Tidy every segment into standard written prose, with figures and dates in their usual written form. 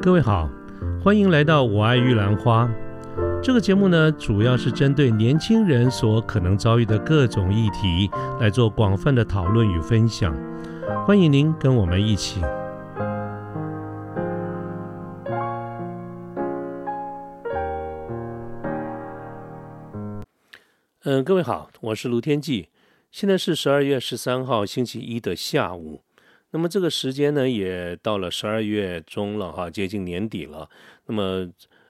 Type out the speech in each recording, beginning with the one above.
各位好，欢迎来到我爱玉兰花。这个节目呢，主要是针对年轻人所可能遭遇的各种议题来做广泛的讨论与分享。欢迎您跟我们一起。各位好，我是卢天记。现在是12月13号星期一的下午。那么这个时间呢，也到了12月中了哈，接近年底了。那么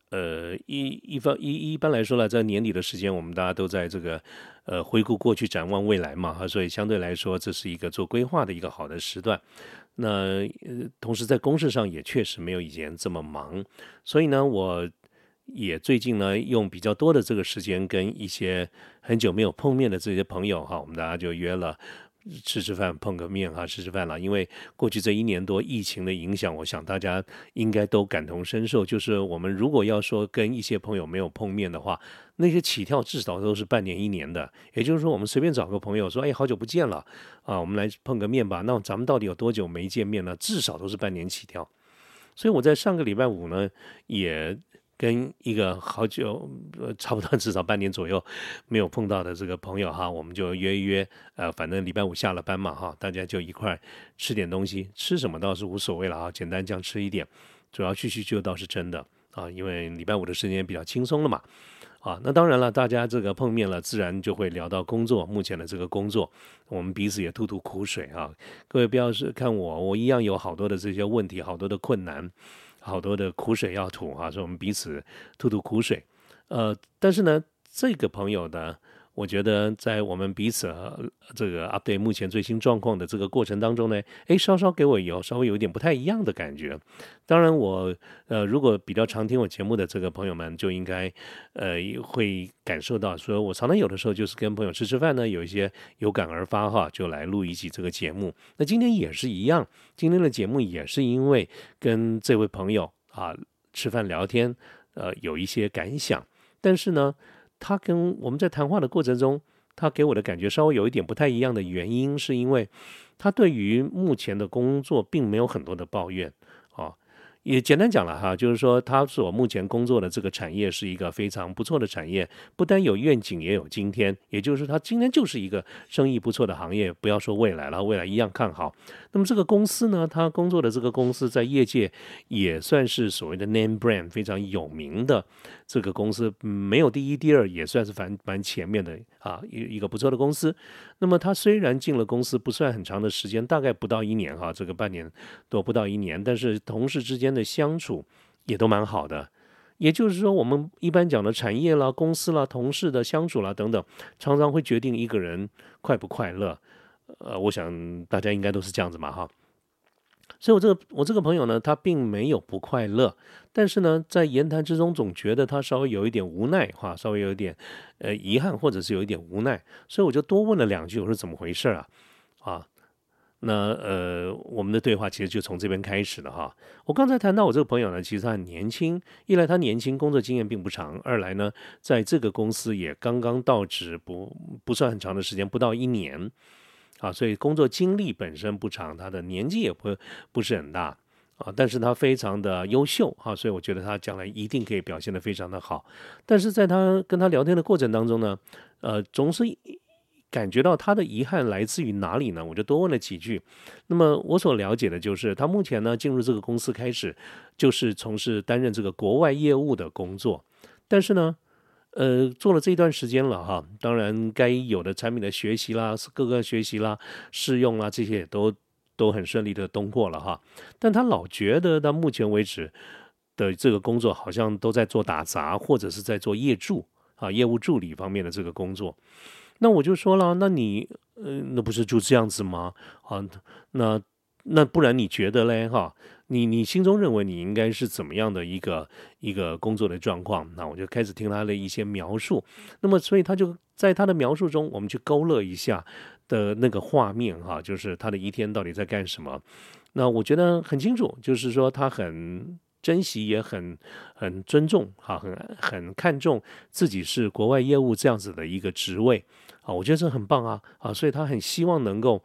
一般来说呢，在年底的时间，我们大家都在这个回顾过去，展望未来嘛，所以相对来说，这是一个做规划的一个好的时段。那同时在公事上也确实没有以前这么忙，所以呢，我也最近呢用比较多的这个时间，跟一些很久没有碰面的这些朋友哈，我们大家就约了。吃饭碰个面哈，吃饭了。因为过去这1年多疫情的影响，我想大家应该都感同身受。就是我们如果要说跟一些朋友没有碰面的话，那些起跳至少都是半年1年的。也就是说，我们随便找个朋友说，哎，好久不见了啊，我们来碰个面吧。那咱们到底有多久没见面呢？至少都是半年起跳。所以我在上个礼拜5呢，也跟一个好久差不多至少半年左右没有碰到的这个朋友哈，我们就约一约，反正礼拜5下了班嘛哈，大家就一块吃点东西，吃什么倒是无所谓了啊，简单这样吃一点，主要叙叙旧倒是真的啊，因为礼拜5的时间比较轻松了嘛。啊，那当然了，大家这个碰面了，自然就会聊到工作，目前的这个工作，我们彼此也吐吐苦水啊。各位不要是看我一样有好多的这些问题，好多的困难，好多的苦水要吐啊，所以我们彼此吐吐苦水。但是呢，这个朋友呢，我觉得在我们彼此这个 update 目前最新状况的这个过程当中呢，稍稍给我稍微有一点不太一样的感觉。当然我如果比较常听我节目的这个朋友们，就应该会感受到，说我常常有的时候就是跟朋友吃饭呢，有一些有感而发哈，就来录一集这个节目。那今天也是一样，今天的节目也是因为跟这位朋友啊吃饭聊天，有一些感想，但是呢，他跟我们在谈话的过程中，他给我的感觉稍微有一点不太一样的原因，是因为他对于目前的工作并没有很多的抱怨啊。也简单讲了哈，就是说他所目前工作的这个产业是一个非常不错的产业，不但有愿景，也有今天。也就是说，他今天就是一个生意不错的行业，不要说未来了，未来一样看好。那么这个公司呢，他工作的这个公司在业界也算是所谓的 name brand 非常有名的这个公司，没有第一、第二，也算是蛮前面的啊，一个不错的公司。那么他虽然进了公司不算很长的时间，大概不到1年哈，这个半年多不到1年，但是同事之间的相处也都蛮好的。也就是说，我们一般讲的产业啦、公司啦、同事的相处啦等等，常常会决定一个人快不快乐。我想大家应该都是这样子嘛哈。所以我这个朋友呢，他并没有不快乐，但是呢，在言谈之中总觉得他稍微有一点无奈哈，稍微有一点遗憾，或者是有一点无奈，所以我就多问了2句，我说怎么回事啊？啊，那我们的对话其实就从这边开始了哈。我刚才谈到我这个朋友呢，其实他很年轻，一来他年轻，工作经验并不长；二来呢，在这个公司也刚刚到职，不算很长的时间，不到1年。啊，所以工作经历本身不长，他的年纪也不是很大啊，但是他非常的优秀啊，所以我觉得他将来一定可以表现得非常的好。但是在他跟他聊天的过程当中呢，总是感觉到他的遗憾来自于哪里呢？我就多问了几句。那么我所了解的就是，他目前呢进入这个公司开始就是从事担任这个国外业务的工作，但是呢。做了这一段时间了哈，当然该有的产品的学习啦、各个学习啦、试用啦，这些也都很顺利的通过了哈。但他老觉得到目前为止的这个工作好像都在做打杂，或者是在做业务助理方面的这个工作。那我就说了，那你那不是就这样子吗？啊，那不然你觉得嘞哈？你心中认为你应该是怎么样的一个工作的状况？那我就开始听他的一些描述。那么所以他就在他的描述中，我们去勾勒一下的那个画面哈，就是他的一天到底在干什么。那我觉得很清楚，就是说他很珍惜，也很尊重哈，很看重自己是国外业务这样子的一个职位啊，我觉得这很棒啊，所以他很希望能够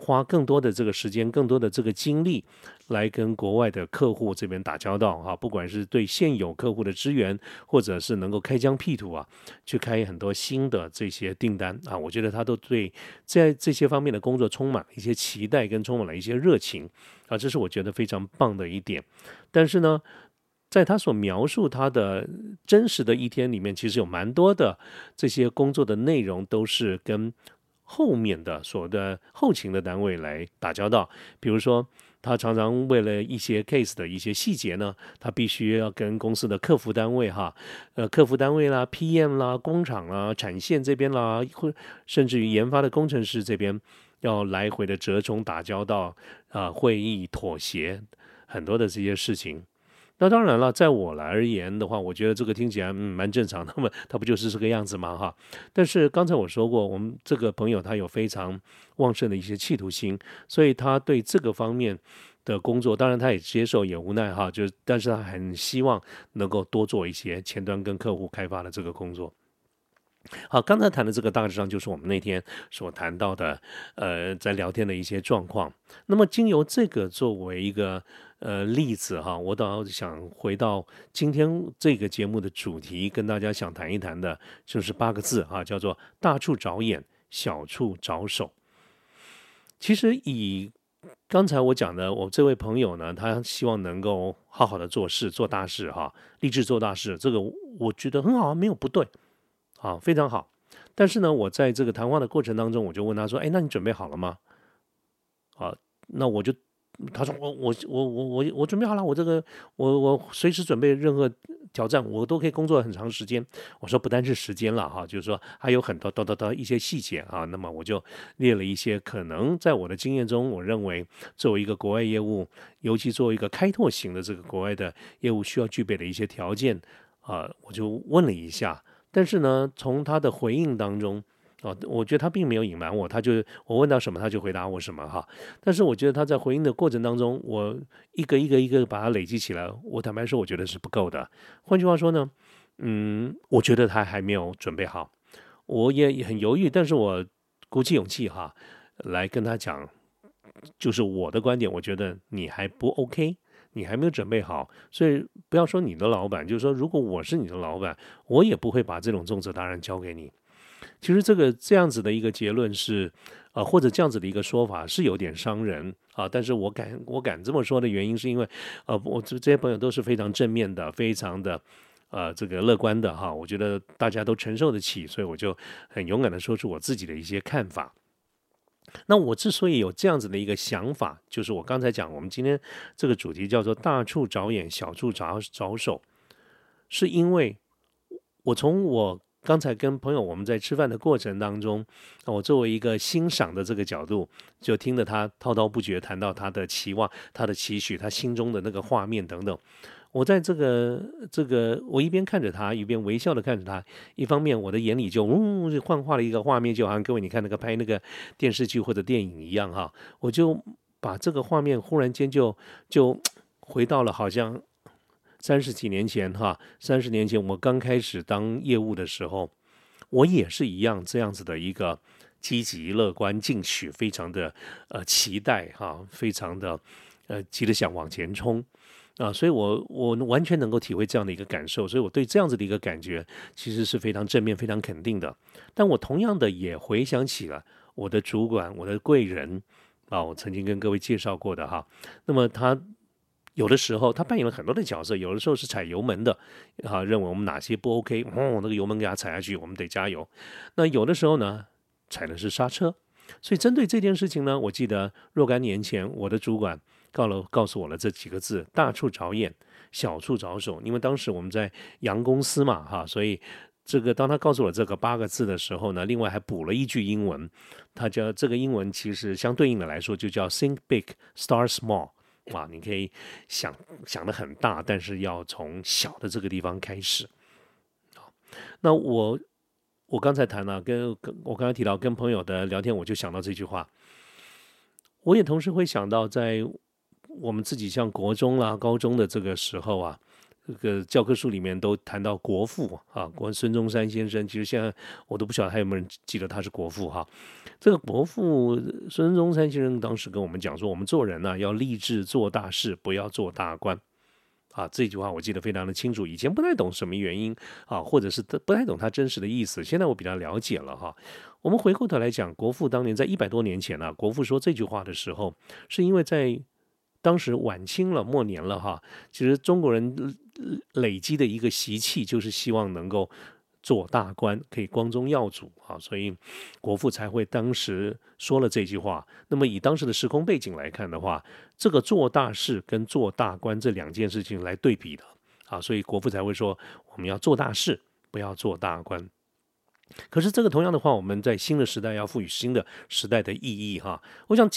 花更多的这个时间、更多的这个精力来跟国外的客户这边打交道啊，不管是对现有客户的支援，或者是能够开疆辟土啊，去开很多新的这些订单啊，我觉得他都对在这些方面的工作充满了一些期待，跟充满了一些热情啊，这是我觉得非常棒的一点。但是呢，在他所描述他的真实的一天里面，其实有蛮多的这些工作的内容都是跟后面的所谓的后勤的单位来打交道。比如说，他常常为了一些 case 的一些细节呢，他必须要跟公司的客服单位客服单位啦、PM 啦、工厂啦、产线这边啦，或甚至于研发的工程师这边，要来回的折冲打交道会议妥协很多的这些事情。那当然了，在我来而言的话，我觉得这个听起来蛮正常的，那么他不就是这个样子吗？但是刚才我说过，我们这个朋友他有非常旺盛的一些企图心，所以他对这个方面的工作，当然他也接受也无奈但是他很希望能够多做一些前端跟客户开发的这个工作。好，刚才谈的这个大致上就是我们那天所谈到的，在聊天的一些状况。那么经由这个作为一个例子我倒想回到今天这个节目的主题，跟大家想谈一谈的，就是8个字叫做大处着眼，小处着手。其实以刚才我讲的，我这位朋友呢，他希望能够好好的做事，做大事立志做大事，这个我觉得很好没有不对。非常好。但是呢，我在这个谈话的过程当中，我就问他说：“哎，那你准备好了吗？”那他说：我准备好了，我随时准备任何挑战，我都可以工作很长时间。我说不单是时间了就是说还有很多一些细节那么我就列了一些可能在我的经验中，我认为作为一个国外业务，尤其作为一个开拓型的这个国外的业务需要具备的一些条件我就问了一下。但是呢，从他的回应当中我觉得他并没有隐瞒我，我问到什么他就回答我什么但是我觉得他在回应的过程当中，我一个一个一个把它累积起来，我坦白说，我觉得是不够的。换句话说呢，我觉得他还没有准备好，我也很犹豫，但是我鼓起勇气来跟他讲，就是我的观点，我觉得你还不 OK。你还没有准备好，所以不要说你的老板，就是说，如果我是你的老板，我也不会把这种重责大任交给你。其实这样子的一个结论是，或者这样子的一个说法是有点伤人但是我敢这么说的原因，是因为我这些朋友都是非常正面的，非常的这个乐观的我觉得大家都承受得起，所以我就很勇敢的说出我自己的一些看法。那我之所以有这样子的一个想法，就是我刚才讲，我们今天这个主题叫做大处着眼，小处着手，是因为我从我刚才跟朋友我们在吃饭的过程当中，我作为一个欣赏的这个角度，就听着他滔滔不绝谈到他的期望、他的期许、他心中的那个画面等等。我在这个，我一边看着他，一边微笑的看着他。一方面，我的眼里就幻化了一个画面，就好像各位你看那个拍那个电视剧或者电影一样我就把这个画面忽然间就回到了好像30几年前30年前我刚开始当业务的时候，我也是一样这样子的一个积极乐观进取，非常的期待非常的急着想往前冲。所以我完全能够体会这样的一个感受，所以我对这样子的一个感觉其实是非常正面、非常肯定的。但我同样的也回想起了我的主管、我的贵人我曾经跟各位介绍过的那么他有的时候他扮演了很多的角色，有的时候是踩油门的认为我们哪些不 OK，那个油门给他踩下去，我们得加油。那有的时候呢，踩的是刹车。所以针对这件事情呢，我记得若干年前我的主管告诉我了这几个字：大处着眼，小处着手。因为当时我们在洋公司嘛所以当他告诉我这个8个字的时候呢，另外还补了一句英文，他叫这个英文其实相对应的来说就叫 Think big, start small。你可以想得很大，但是要从小的这个地方开始。那我刚才谈了，我刚才提到跟朋友的聊天，我就想到这句话。我也同时会想到，在我们自己像国中啦、高中的这个时候这个教科书里面都谈到国父啊，孙中山先生，其实现在我都不晓得还有没有人记得他是国父哈。这个国父孙中山先生当时跟我们讲说，我们做人呢、要立志做大事，不要做大官。啊，这句话我记得非常的清楚，以前不太懂什么原因啊，或者是不太懂他真实的意思，现在我比较了解了哈。我们回过头来讲，国父当年在100多年前呢、国父说这句话的时候，是因为在当时晚清了、末年了哈，其实中国人累积的一个习气，就是希望能够做大官，可以光宗耀祖啊，所以国父才会当时说了这句话。那么以当时的时空背景来看的话，这个做大事跟做大官这两件事情来对比的啊，所以国父才会说我们要做大事，不要做大官。可是这个同样的话，我们在新的时代要赋予新的时代的意义哈。我想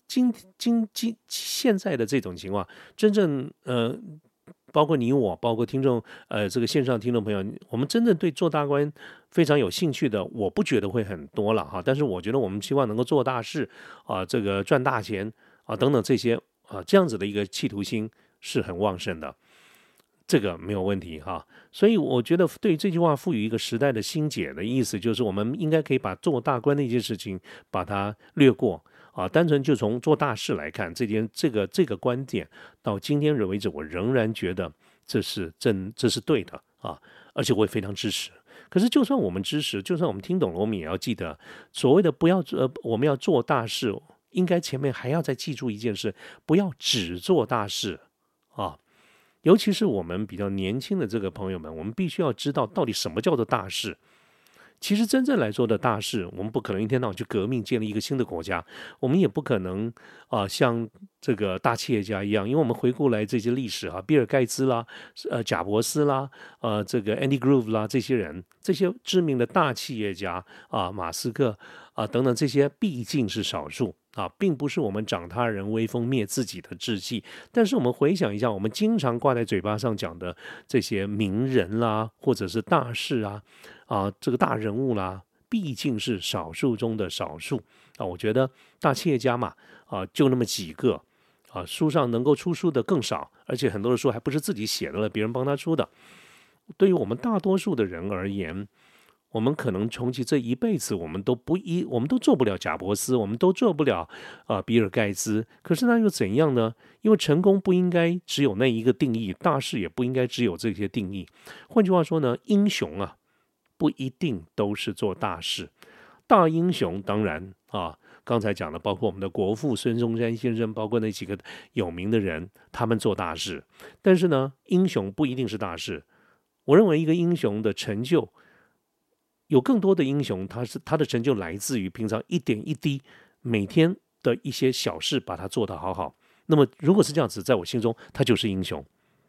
现在的这种情况，真正包括你我，包括听众这个线上听众朋友，我们真正对做大官非常有兴趣的，我不觉得会很多了哈。但是我觉得我们希望能够做大事啊，这个赚大钱啊等等这些啊这样子的一个企图心是很旺盛的。这个没有问题哈，所以我觉得对于这句话赋予一个时代的新解的意思，就是我们应该可以把做大官的一件事情把它略过啊，单纯就从做大事来看，这个观点到今天为止，我仍然觉得这是对的啊，而且我也非常支持。可是就算我们支持，就算我们听懂了，我们也要记得所谓的不要我们要做大事，应该前面还要再记住一件事，不要只做大事啊。尤其是我们比较年轻的这个朋友们，我们必须要知道到底什么叫做大事。其实真正来说的大事，我们不可能一天到晚去革命建立一个新的国家，我们也不可能像这个大企业家一样，因为我们回顾来这些历史比尔盖茨啦，贾伯斯啦，这个 Andy Grove 啦，这些人，这些知名的大企业家马斯克等等，这些毕竟是少数。并不是我们长他人威风灭自己的志气，但是我们回想一下，我们经常挂在嘴巴上讲的这些名人啦，或者是大事这个大人物啦，毕竟是少数中的少数我觉得大企业家嘛就那么几个书上能够出书的更少，而且很多的书还不是自己写的了，别人帮他出的。对于我们大多数的人而言，我们可能穷其这一辈子，我们都做不了贾伯斯，我们都做不了比尔盖茨。可是那又怎样呢？因为成功不应该只有那一个定义，大事也不应该只有这些定义。换句话说呢，英雄不一定都是做大事。大英雄当然刚才讲的，包括我们的国父孙中山先生，包括那几个有名的人，他们做大事。但是呢，英雄不一定是大事。我认为一个英雄的成就，有更多的英雄，他的成就来自于平常一点一滴，每天的一些小事，把它做得好好。那么如果是这样子，在我心中，他就是英雄。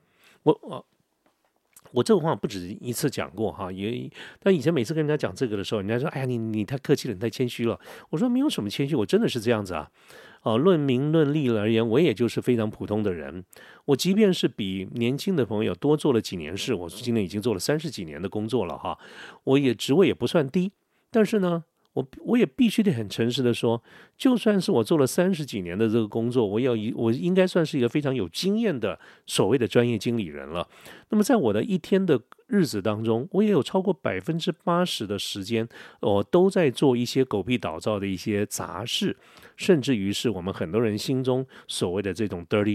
我这个话不止一次讲过但以前每次跟人家讲这个的时候，人家说：“哎呀，你太客气了，你太谦虚了。”我说：“没有什么谦虚，我真的是这样子论名论利而言，我也就是非常普通的人。我即便是比年轻的朋友多做了几年事，我今年已经做了30几年的工作了我也职位也不算低，但是呢，我也必须得很诚实的说，就算是我做了30几年的这个工作，我应该算是一个非常有经验的所谓的专业经理人了。那么在我的一天的日子当中，我也有超过80%的时间，我都在做一些狗屁倒灶的一些杂事，甚至于是我们很多人心中所谓的这种 dirty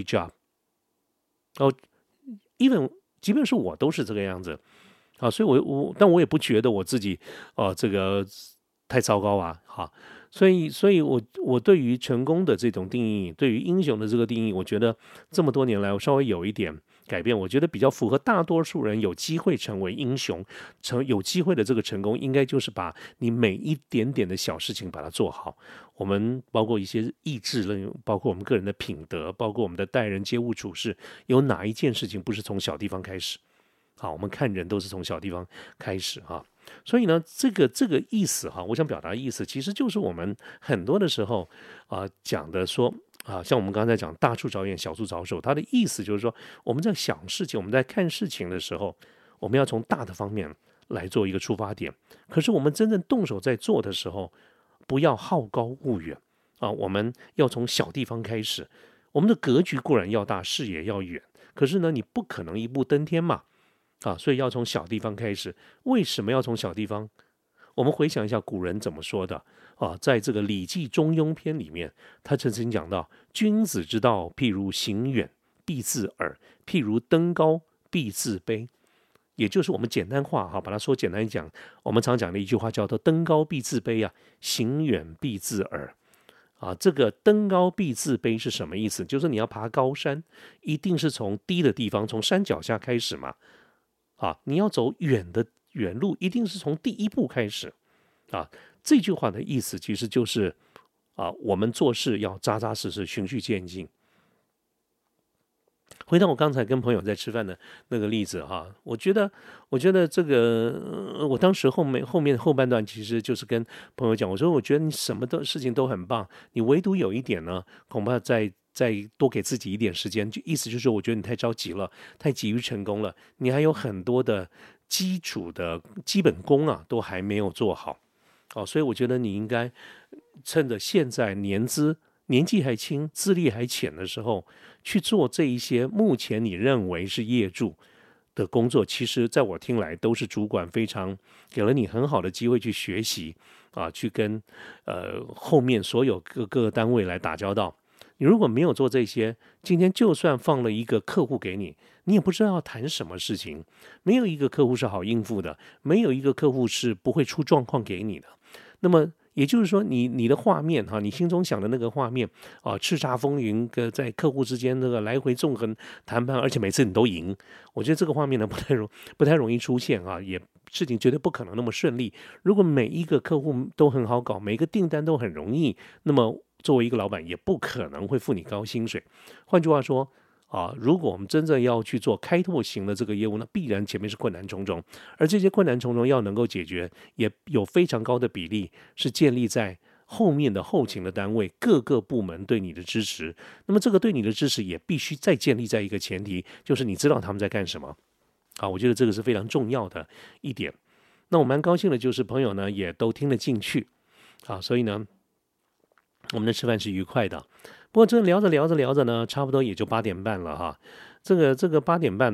job。even 即便是我都是这个样子所以但我也不觉得我自己这个太糟糕所以我对于成功的这种定义，对于英雄的这个定义，我觉得这么多年来我稍微有一点改变，我觉得比较符合大多数人有机会成为英雄，有机会的这个成功，应该就是把你每一点点的小事情把它做好。我们包括一些意志力，包括我们个人的品德，包括我们的待人接物处事，有哪一件事情不是从小地方开始？我们看人都是从小地方开始所以呢，这个意思我想表达的意思，其实就是我们很多的时候讲的说像我们刚才讲大处着眼，小处着手，它的意思就是说，我们在想事情，我们在看事情的时候，我们要从大的方面来做一个出发点。可是我们真正动手在做的时候，不要好高骛远我们要从小地方开始。我们的格局固然要大，视野要远， 可是呢，你不可能一步登天嘛，所以要从小地方开始。为什么要从小地方？我们回想一下古人怎么说的在这个《礼记·中庸篇》里面，他曾经讲到：君子之道，譬如行远，必自耳；譬如登高，必自卑。也就是我们简单化把它说简单一讲，我们常讲的一句话叫做"登高必自卑行远必自耳"。这个登高必自卑是什么意思？就是你要爬高山，一定是从低的地方，从山脚下开始嘛。你要走远的远路，一定是从第一步开始。这句话的意思其实就是我们做事要扎扎实实，循序渐进。回到我刚才跟朋友在吃饭的那个例子我觉得这个我当时后面后半段其实就是跟朋友讲，我说我觉得你什么事情都很棒，你唯独有一点呢，恐怕再多给自己一点时间，意思就是我觉得你太着急了，太急于成功了，你还有很多的基础的基本功都还没有做好。所以我觉得你应该趁着现在年纪还轻，资历还浅的时候，去做这一些目前你认为是业助的工作，其实在我听来都是主管非常给了你很好的机会去学习去跟后面所有各个单位来打交道。你如果没有做这些，今天就算放了一个客户给你，你也不知道要谈什么事情。没有一个客户是好应付的，没有一个客户是不会出状况给你的。那么也就是说你的画面你心中想的那个画面叱咤风云在客户之间那个来回纵横谈判，而且每次你都赢，我觉得这个画面呢不太容易出现也事情绝对不可能那么顺利。如果每一个客户都很好搞，每一个订单都很容易，那么作为一个老板也不可能会付你高薪水。换句话说如果我们真正要去做开拓型的这个业务，那必然前面是困难重重，而这些困难重重要能够解决，也有非常高的比例是建立在后面的后勤的单位各个部门对你的支持。那么这个对你的支持也必须再建立在一个前提，就是你知道他们在干什么。我觉得这个是非常重要的一点。那我蛮高兴的就是朋友呢也都听得进去所以呢我们的吃饭是愉快的。不过这聊着呢，差不多也就8点半了这个8点半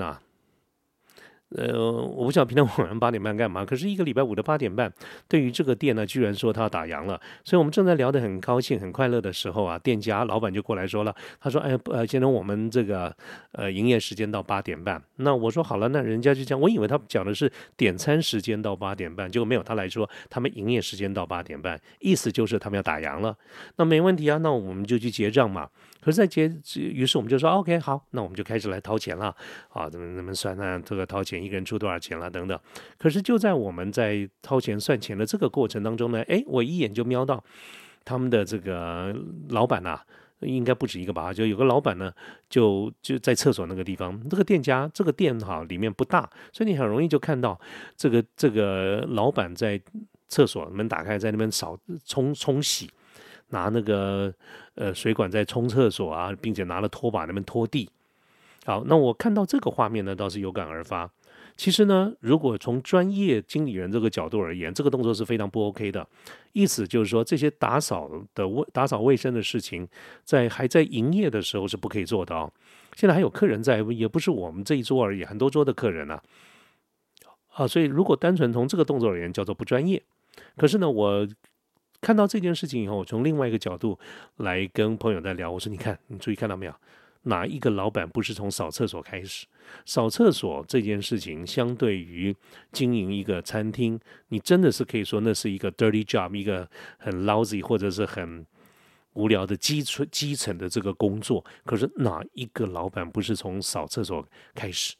我不晓得平常晚上8点半干嘛，可是一个礼拜五的8点半，对于这个店呢，居然说他要打烊了。所以我们正在聊得很高兴、很快乐的时候店家老板就过来说了，他说：先生，我们这个营业时间到8点半。那我说好了，那人家就这样，我以为他讲的是点餐时间到8点半，结果没有，他来说他们营业时间到8点半，意思就是他们要打烊了。那没问题那我们就去结账嘛。可是于是我们就说 OK 好，那我们就开始来掏钱了怎么算这个掏钱一个人出多少钱了等等。可是就在我们在掏钱算钱的这个过程当中呢，我一眼就瞄到他们的这个老板应该不止一个吧，就有个老板呢就在厕所那个地方。这个店里面不大，所以你很容易就看到这个老板在厕所门打开，在那边冲洗，拿那个水管在冲厕所并且拿了拖把那边拖地。好，那我看到这个画面呢，倒是有感而发。其实呢，如果从专业经理人这个角度而言，这个动作是非常不 OK 的。意思就是说，这些打扫卫生的事情，还在营业的时候是不可以做的现在还有客人在，也不是我们这一桌而已，很多桌的客人所以如果单纯从这个动作而言，叫做不专业。可是呢，我看到这件事情以后，从另外一个角度来跟朋友在聊，我说：你看，你注意看到没有？哪一个老板不是从扫厕所开始？扫厕所这件事情，相对于经营一个餐厅，你真的是可以说那是一个 dirty job， 一个很 lousy 或者是很无聊的基层的这个工作。可是哪一个老板不是从扫厕所开始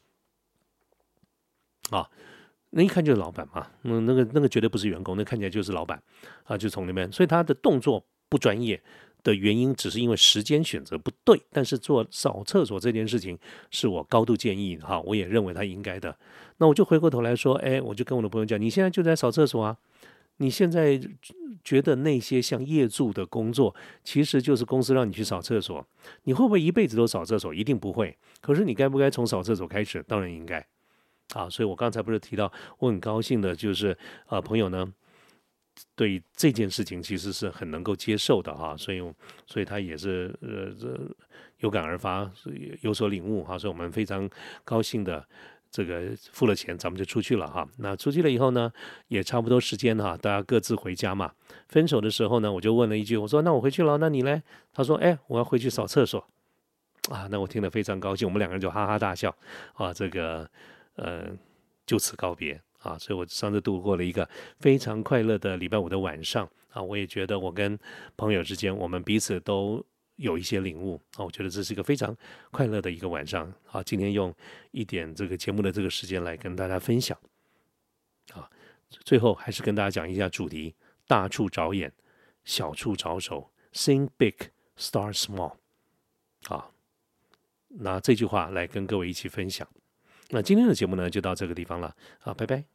那一看就是老板嘛，那个绝对不是员工，那看起来就是老板就从那边，所以他的动作不专业的原因只是因为时间选择不对。但是做扫厕所这件事情是我高度建议我也认为他应该的。那我就回过头来说，我就跟我的朋友讲，你现在就在扫厕所你现在觉得那些像业助的工作，其实就是公司让你去扫厕所，你会不会一辈子都扫厕所？一定不会。可是你该不该从扫厕所开始？当然应该。所以我刚才不是提到，我很高兴的就是朋友呢对这件事情其实是很能够接受的所以他也是有感而发，有所领悟哈，所以我们非常高兴的。这个付了钱，咱们就出去了哈。那出去了以后呢，也差不多时间哈，大家各自回家嘛。分手的时候呢，我就问了一句，我说：“那我回去了，那你呢？”他说：“哎，我要回去扫厕所。”啊，那我听得非常高兴，我们两个人就哈哈大笑啊，这个就此告别啊，所以我上次度过了一个非常快乐的礼拜五的晚上啊，我也觉得我跟朋友之间，我们彼此都有一些领悟啊，我觉得这是一个非常快乐的一个晚上啊。今天用一点这个节目的这个时间来跟大家分享啊，最后还是跟大家讲一下主题：大处着眼，小处着手 ，Think big, start small。啊，拿这句话来跟各位一起分享。那今天的节目呢，就到这个地方了啊，拜拜。